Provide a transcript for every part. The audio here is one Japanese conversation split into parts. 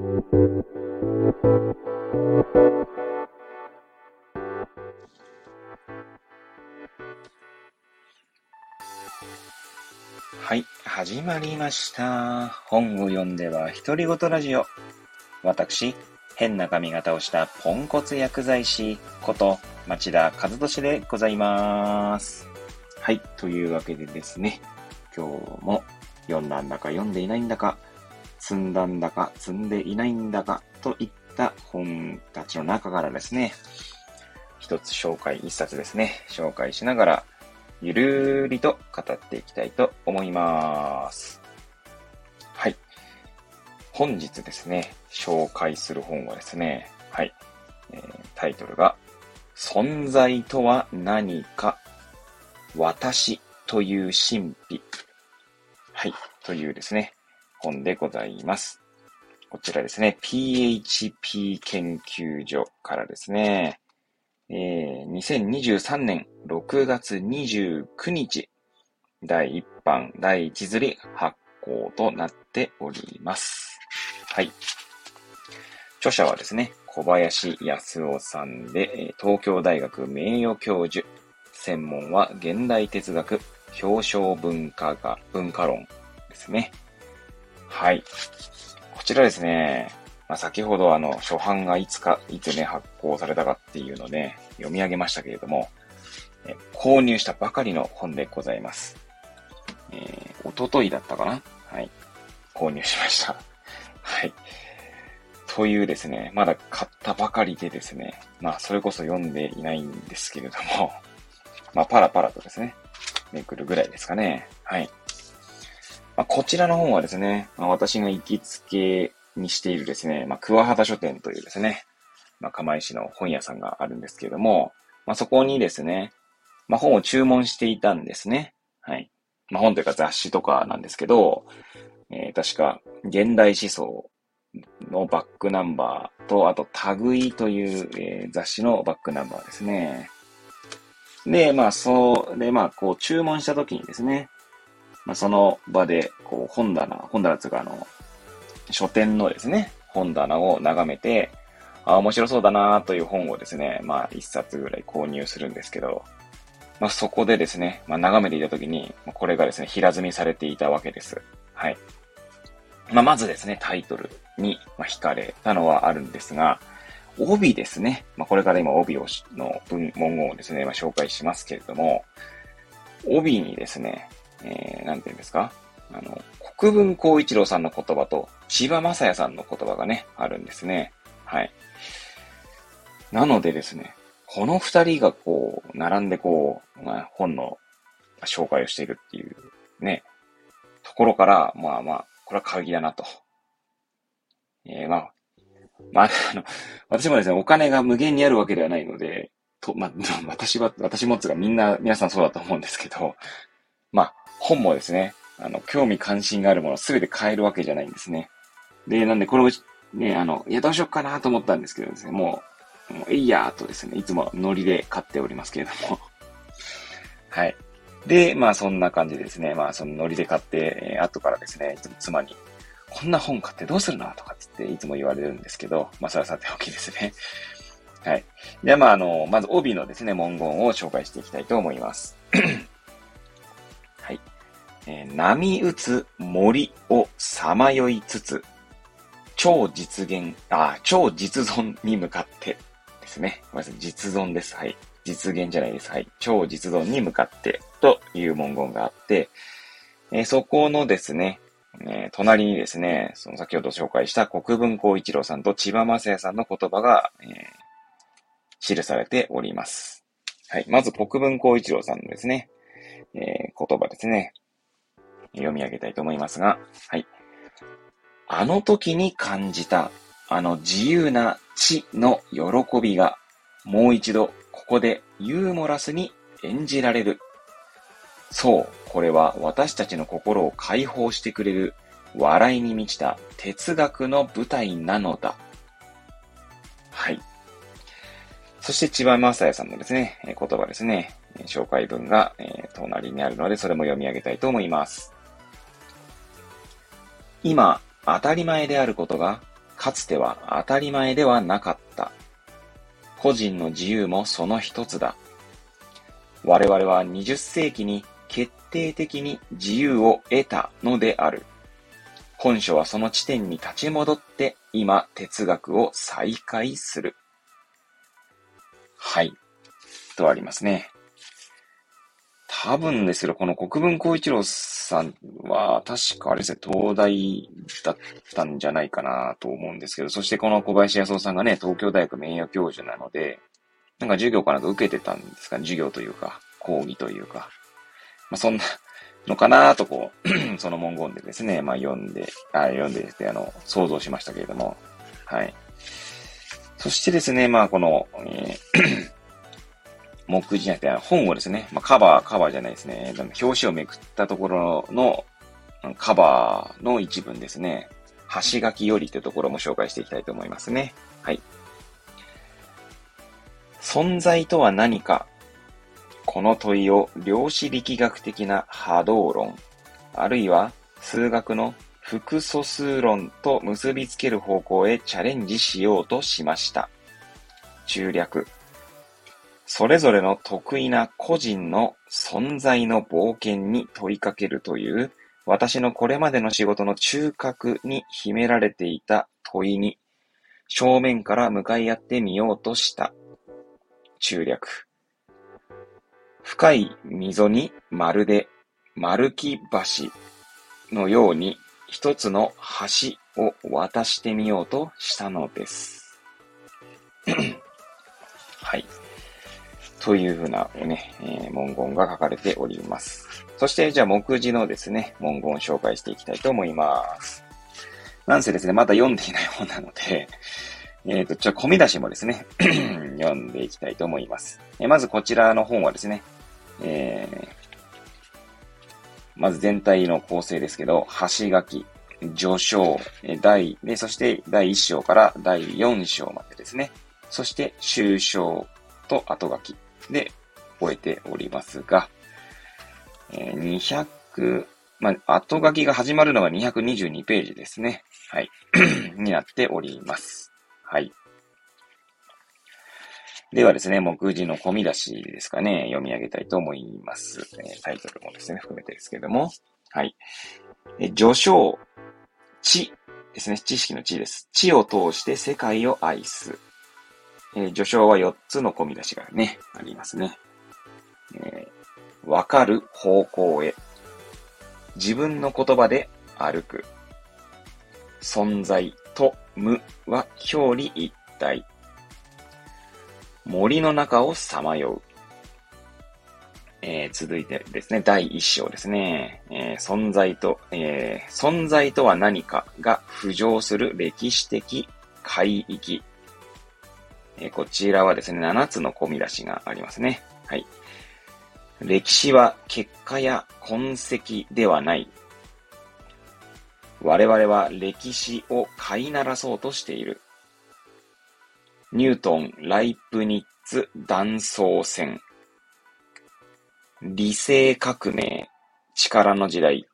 はい、始まりました。本を読んでは独り言ラジオ。私、変な髪型をしたポンコツ薬剤師こと町田和俊でございます。はい、というわけでですね、今日も読んだんだか読んでいないんだか、積んだんだか積んでいないんだかといった本たちの中からですね、一冊ですね、紹介しながらゆるーりと語っていきたいと思います。はい。本日ですね、紹介する本はですね、はい。タイトルが、存在とは何か、私という神秘。はい。というですね、本でございます。こちらですね、PHP 研究所からですね、2023年6月29日、第1版、第1釣り発行となっております。はい。著者はですね、小林康夫さんで、東京大学名誉教授。専門は現代哲学、表彰文化論ですね。はい。こちらですね、先ほど初版がいつね、発行されたかっていうので、読み上げましたけれども、購入したばかりの本でございます。一昨日だったかな？はい。購入しました。はい。というですね、まだ買ったばかりでですね、それこそ読んでいないんですけれども、パラパラとですね、めくるぐらいですかね。はい。こちらの本はですね、私が行きつけにしているですね、桑畑書店というですね、釜石の本屋さんがあるんですけれども、そこにですね、本を注文していたんですね。はい。本というか雑誌とかなんですけど、確か、現代思想のバックナンバーと、あと、類という、雑誌のバックナンバーですね。で、こう、注文した時にですね、その場で、こう、本棚つうか、書店のですね、本棚を眺めて、面白そうだなという本をですね、一冊ぐらい購入するんですけど、そこでですね、眺めていたときに、これがですね、平積みされていたわけです。はい。まずですね、タイトルに惹かれたのはあるんですが、帯ですね。これから今帯の文言をですね、紹介しますけれども、帯にですね、なんていうんですか、国分光一郎さんの言葉と千葉雅也さんの言葉がね、あるんですね。はい。なのでですね、この二人がこう、並んでこう、本の紹介をしているっていうね、ところから、これは過激だなと。私もですね、お金が無限にあるわけではないので、私もつが皆さんそうだと思うんですけど、本もですね、興味関心があるものすべて買えるわけじゃないんですね。で、なんでこれをね、どうしよっかなと思ったんですけどですね、もういいやーとですね、いつもノリで買っておりますけれども。はい。で、そんな感じでですね、そのノリで買って、後からですね、いつも妻に、こんな本買ってどうするのとかっていつも言われるんですけど、それはさておきですね。はい。では、まず帯のですね、文言を紹介していきたいと思います。はい。波打つ森をさまよいつつ、超実存に向かってですね。ごめんなさい、実存です。はい。実現じゃないです。はい。超実存に向かってという文言があって、そこのですね、隣にですね、その先ほど紹介した国分光一郎さんと千葉雅也さんの言葉が、記されております。はい。まず国分光一郎さんのですね、言葉ですね。読み上げたいと思いますが、はい。あの時に感じた、自由な知の喜びが、もう一度ここでユーモラスに演じられる。そう、これは私たちの心を解放してくれる、笑いに満ちた哲学の舞台なのだ。はい。そして千葉雅也さんのですね、言葉ですね、紹介文が、隣にあるので、それも読み上げたいと思います。今、当たり前であることが、 かつては当たり前ではなかった。個人の自由もその一つだ。我々は20世紀に決定的に自由を得たのである。本書はその地点に立ち戻って今哲学を再開する。はい。とありますね。多分ですけど、この国分光一郎さんは、確かあれですね、東大だったんじゃないかなと思うんですけど、そしてこの小林康夫さんがね、東京大学名誉教授なので、なんか授業かなんか受けてたんですかね、授業というか、講義というか。まあ、そんなのかなとこう、その文言でですね、まあ読んでですね、想像しましたけれども、はい。そしてですね、まあこの、目次じゃなくて、本をですね、まあ、カバーじゃないですね、表紙をめくったところのカバーの一文ですね、端書きよりというところも紹介していきたいと思いますね。はい。存在とは何か、この問いを量子力学的な波動論、あるいは数学の複素数論と結びつける方向へチャレンジしようとしました。中略。それぞれの得意な個人の存在の冒険に問いかけるという私のこれまでの仕事の中核に秘められていた問いに正面から向かい合ってみようとした。中略。深い溝にまるで丸木橋のように一つの橋を渡してみようとしたのです。はい。というふうなね、文言が書かれております。そして、じゃあ、目次のですね、文言を紹介していきたいと思います。なんせですね、まだ読んでいない本なので、込み出しもですね、読んでいきたいと思います。まずこちらの本はですね、まず全体の構成ですけど、端書き、序章、そして第1章から第4章までですね、そして終章と後書きで終えておりますが、後書きが始まるのが222ページですね。はい。になっております。はい。ではですね、目次の込み出しですかね、読み上げたいと思います。タイトルもですね、含めてですけれども。はい。序章、知ですね。知識の知です。知を通して世界を愛す。序章は4つの込み出しがね、ありますね。わかる方向へ。自分の言葉で歩く。存在と無は表裏一体。森の中をさまよう。続いてですね、第一章ですね。存在とは何かが浮上する歴史的海域。こちらはですね、7つの込み出しがありますね。はい。歴史は結果や痕跡ではない。我々は歴史を飼いならそうとしている。ニュートン・ライプニッツ断層線。理性革命、力の時代。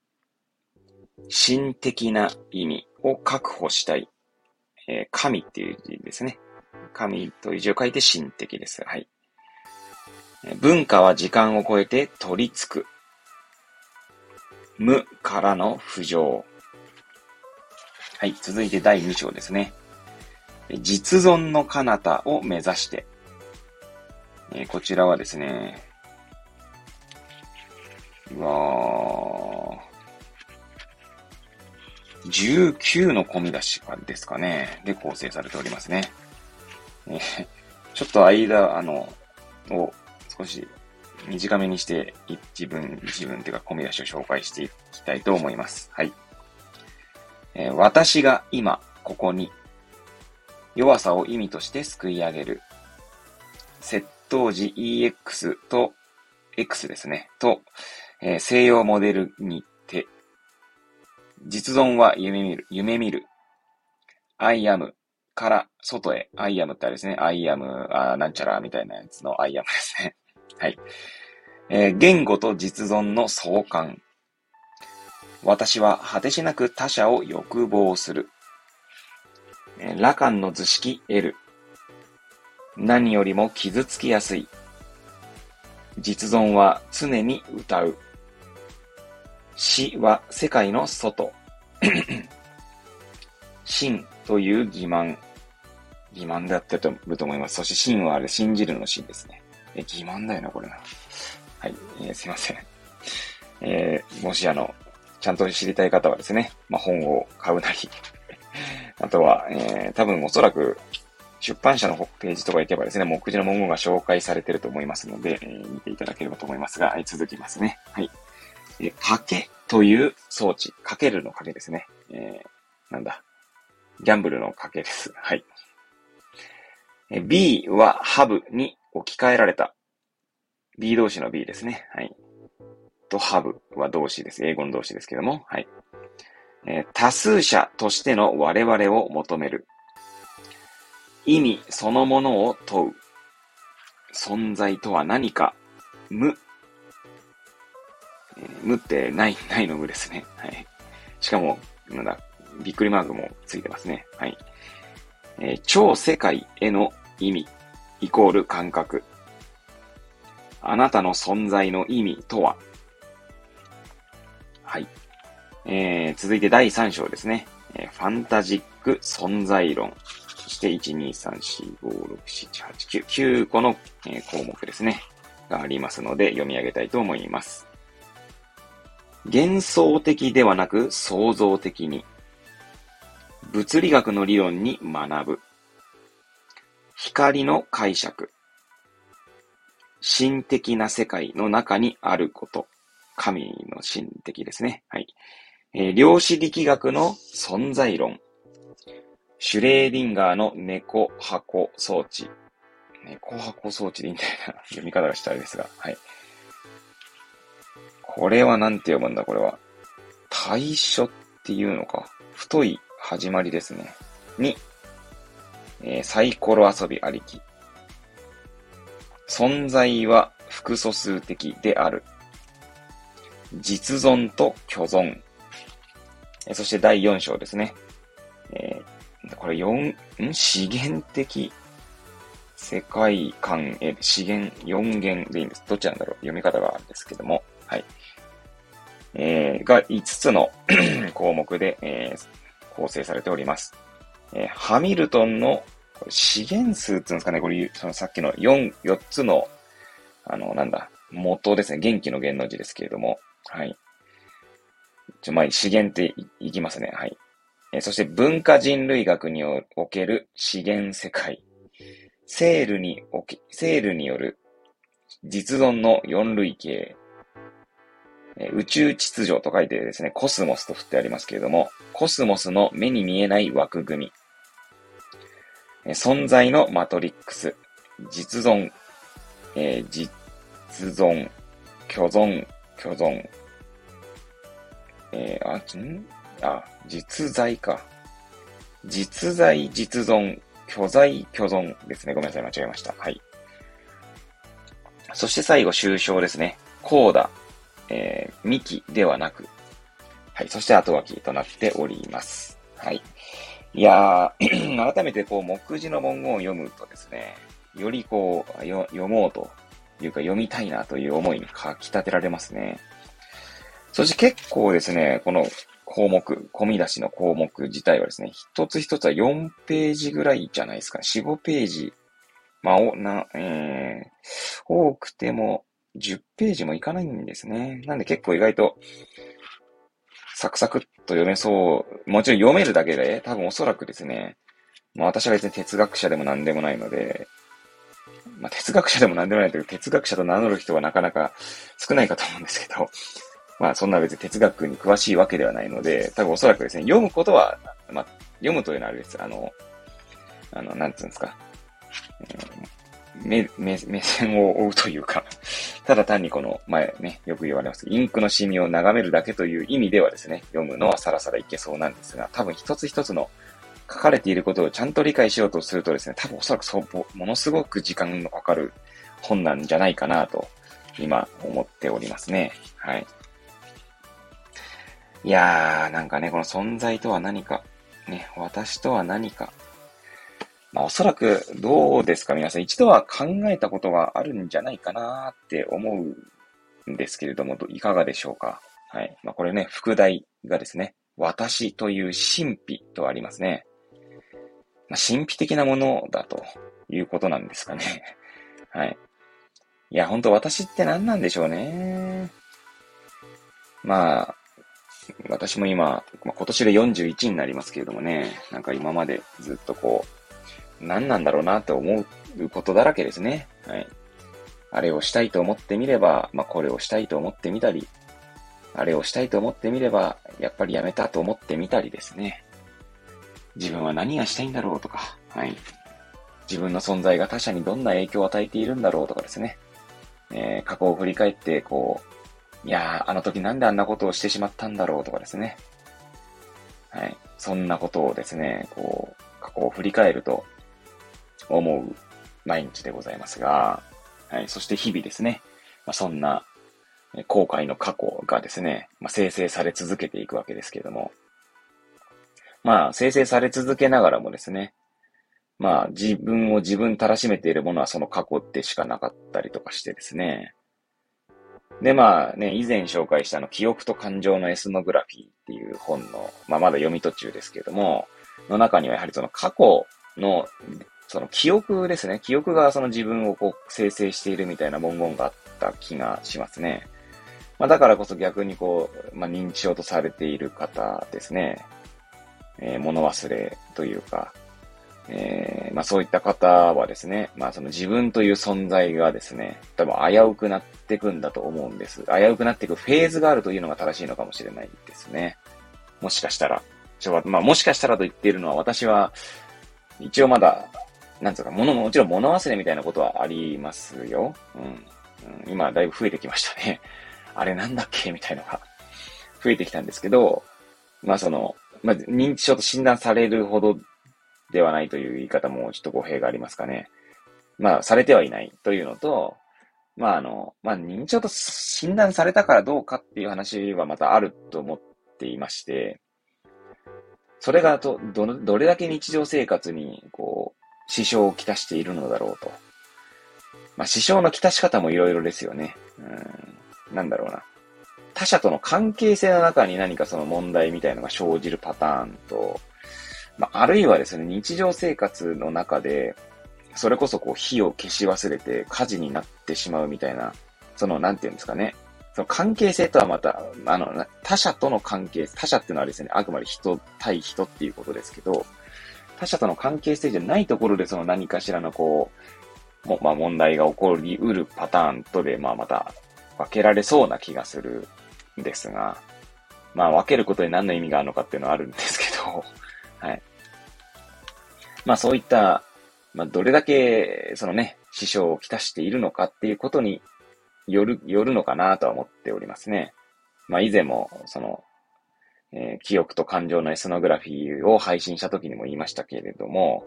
心的な意味を確保したい。神っていう字ですね。神という字を書いて心的です。はい。文化は時間を超えて取り付く。無からの浮上。はい。続いて第2章ですね。実存の彼方を目指して。こちらはですね、19の込み出しですかね。で構成されておりますね。ちょっとを少し短めにして一文というか込み出しを紹介していきたいと思います。はい。私が今ここに弱さを意味として救い上げる。窃盗時 EX と X ですね。と、西洋モデルにて、実存は夢見る。I am から外へ。I am ってあれですね。I am なんちゃらみたいなやつの I am ですね。はい。言語と実存の相関。私は果てしなく他者を欲望する。 羅漢の図式 L。何よりも傷つきやすい。実存は常に歌う。死は世界の外。信という欺瞞。欺瞞だったと思います。そして信はあれ、信じるの信ですね。欺瞞だよな、これな。はい、すいません。もしちゃんと知りたい方はですね、本を買うなり、あとは、多分おそらく出版社のページとか行けばですね、目次の文言が紹介されていると思いますので、見ていただければと思いますが、続きますね。はい。賭けという装置。かけるの賭けですね。なんだ。ギャンブルの賭けです。はい。B はハブに置き換えられた。B 動詞の B ですね。はい。とハブは動詞です。英語の動詞ですけども。はい。多数者としての我々を求める。意味そのものを問う。存在とは何か。無。無ってないの無ですね。はい。しかも、びっくりマークもついてますね。はい。超世界への意味イコール感覚。あなたの存在の意味とは。はい。続いて第3章ですね。ファンタジック存在論。そして1、2、3、4、5、6、7、8、9、9個の、項目ですね。がありますので読み上げたいと思います。幻想的ではなく創造的に。物理学の理論に学ぶ。光の解釈。神的な世界の中にあること。神の神的ですね。はい。量子力学の存在論。シュレーディンガーの猫箱装置。猫箱装置でいいんだよな。読み方がしたあれですが。はい。これはなんて読むんだこれは。対書っていうのか。太い始まりですね。に、サイコロ遊びありき。存在は複素数的である。実存と虚存。そして第4章ですね。これ資源的世界観へ資源4元でいいんです。どっちなんだろう読み方があるんですけども。はい。が5つの項目で、構成されております。ハミルトンの資源数っていうんですかね、これ、そのさっきの4つの、元ですね。元気の元の字ですけれども。はい。資源っていきますね。はい。そして文化人類学における資源世界。セールによる実存の4類型。宇宙秩序と書いてですね、コスモスと振ってありますけれども、コスモスの目に見えない枠組み。存在のマトリックス。実存、虚存、実在か。実在、実存、虚在、虚存ですね。ごめんなさい、間違えました。はい。そして最後、終章ですね。コーダ、幹ではなく。はい。そして後書きとなっております。はい。いやー、改めて目次の文言を読むとですね、より読もうというか読みたいなという思いにかき立てられますね。そして結構ですね、この項目、込み出しの項目自体はですね、一つ一つは4ページぐらいじゃないですか。4、5ページ。多くても10ページもいかないんですね。なんで結構意外とサクサクっと読めそう。もちろん読めるだけで、多分おそらくですね、私は別に哲学者でも何でもないので、哲学者でも何でもないという哲学者と名乗る人はなかなか少ないかと思うんですけど、そんな別に哲学に詳しいわけではないので、多分おそらくですね、読むことは、読むというのはあれです。なんつうんですか。目線を追うというか、ただ単によく言われます。インクのシミを眺めるだけという意味ではですね、読むのはさらさらいけそうなんですが、多分一つ一つの書かれていることをちゃんと理解しようとするとですね、多分おそらくものすごく時間のかかる本なんじゃないかなと、今思っておりますね。はい。いやー、この存在とは何か、 ね、私とは何か。まあおそらくどうですか皆さん一度は考えたことがあるんじゃないかなって思うんですけれども、いかがでしょうか。はい。まあこれね、副題がですね、私という神秘とありますね。まあ、神秘的なものだということなんですかね。はい。いや、本当私って何なんでしょうね。まあ、私も今、今年で41になりますけれどもね、なんか今までずっとこう、何なんだろうなって思うことだらけですね。はい。あれをしたいと思ってみれば、まあこれをしたいと思ってみたり、あれをしたいと思ってみれば、やっぱりやめたと思ってみたりですね。自分は何がしたいんだろうとか、はい。自分の存在が他者にどんな影響を与えているんだろうとかですね。過去を振り返って、こう、いやー、あの時なんであんなことをしてしまったんだろうとかですね。はい。そんなことをですね、こう、過去を振り返ると思う毎日でございますが、はい。そして日々ですね、まあ、そんな後悔の過去がですね、まあ、生成され続けていくわけですけれども、まあ、生成され続けながらもですね、まあ、自分を自分たらしめているものはその過去でしかなかったりとかしてですね。で、まあね、以前紹介した記憶と感情のエスノグラフィーっていう本の、まあまだ読み途中ですけれども、の中にはやはりその過去の、その記憶ですね。記憶がその自分をこう生成しているみたいな文言があった気がしますね。まあだからこそ逆にこう、まあ認知症とされている方ですね。物忘れというか、まあそういった方はですね、まあその自分という存在がですね、多分危うくなっていくんだと思うんです。危うくなっていくフェーズがあるというのが正しいのかもしれないですね。もしかしたら。まあもしかしたらと言っているのは私は、一応まだ、なんつうか、もちろん物忘れみたいなことはありますよ。今だいぶ増えてきましたね。あれなんだっけみたいなのが増えてきたんですけど、まあまあ認知症と診断されるほどではないという言い方もちょっと語弊がありますかね。まあ、されてはいないというのと、まあまあ、認知症と診断されたからどうかっていう話はまたあると思っていまして、それがどれだけ日常生活に、こう、支障をきたしているのだろうと。まあ、支障のきたし方もいろいろですよね。なんだろうな。他者との関係性の中に何かその問題みたいのが生じるパターンと、まあ、あるいはですね、日常生活の中で、それこそこう火を消し忘れて火事になってしまうみたいな、なんていうんですかね。その関係性とはまた、他者との関係、他者っていうのはですね、あくまで人対人っていうことですけど、他者との関係性じゃないところでその何かしらのこう、まあ問題が起こりうるパターンとで、まあまた分けられそうな気がするんですが、まあ分けることに何の意味があるのかっていうのはあるんですけど、はい。まあそういった、まあどれだけそのね、支障をきたしているのかっていうことによるのかなとは思っておりますね。まあ以前も記憶と感情のエスノグラフィーを配信した時にも言いましたけれども、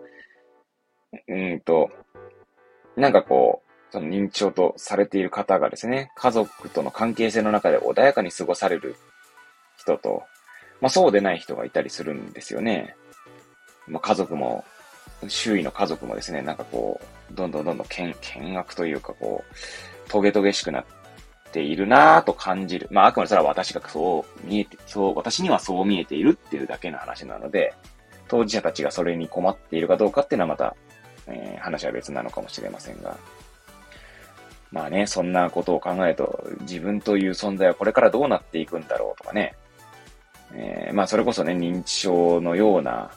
なんかこう、その認知症とされている方がですね、家族との関係性の中で穏やかに過ごされる人と、まあそうでない人がいたりするんですよね。まあ家族も、周囲の家族もですね、なんかこう、どんどん険悪というかこう、トゲトゲしくなっているなぁと感じる。まああくまでそれは私が私にはそう見えているっていうだけの話なので、当事者たちがそれに困っているかどうかっていうのはまた、話は別なのかもしれませんが。まあね、そんなことを考えると、自分という存在はこれからどうなっていくんだろうとかね。まあそれこそね、認知症のような、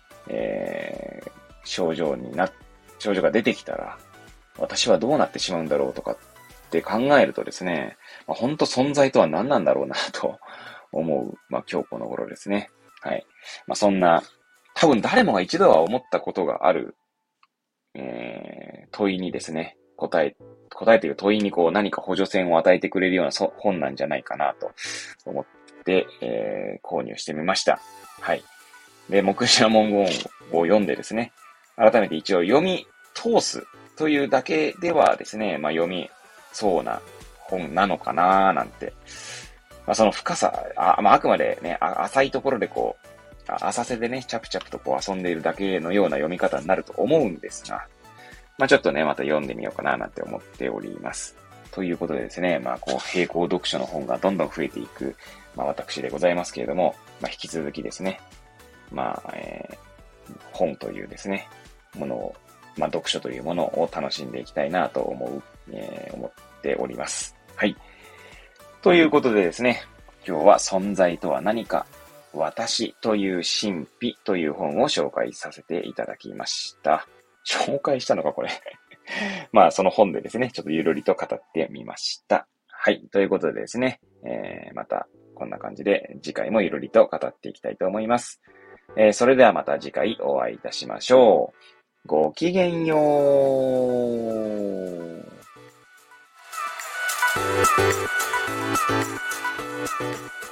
症状が出てきたら、私はどうなってしまうんだろうとかって考えるとですね、まあ、本当存在とは何なんだろうなと思う、まあ今日この頃ですね。はい。まあそんな、多分誰もが一度は思ったことがある、問いにですね、答えという問いにこう何か補助線を与えてくれるような本なんじゃないかなと思って、購入してみました。はい。で、目次の文言を読んでですね、改めて一応読み通すというだけではですね、まあ読みそうな本なのかななんて。まあその深さ、まああくまでね、浅いところでこう、 浅瀬でね、チャプチャプとこう遊んでいるだけのような読み方になると思うんですが、まあちょっとね、また読んでみようかななんて思っております。ということでですね、まあこう、並行読書の本がどんどん増えていく、まあ私でございますけれども、まあ引き続きですね、まあ、本というですね、ものを、まあ読書というものを楽しんでいきたいなと思っております。はい。ということでですね、今日は存在とは何か、私という神秘という本を紹介させていただきました。紹介したのかこれ。まあその本でですね、ちょっとゆるりと語ってみました。はい。ということでですね、またこんな感じで次回もゆるりと語っていきたいと思います。それではまた次回お会いいたしましょう。ごきげんよう。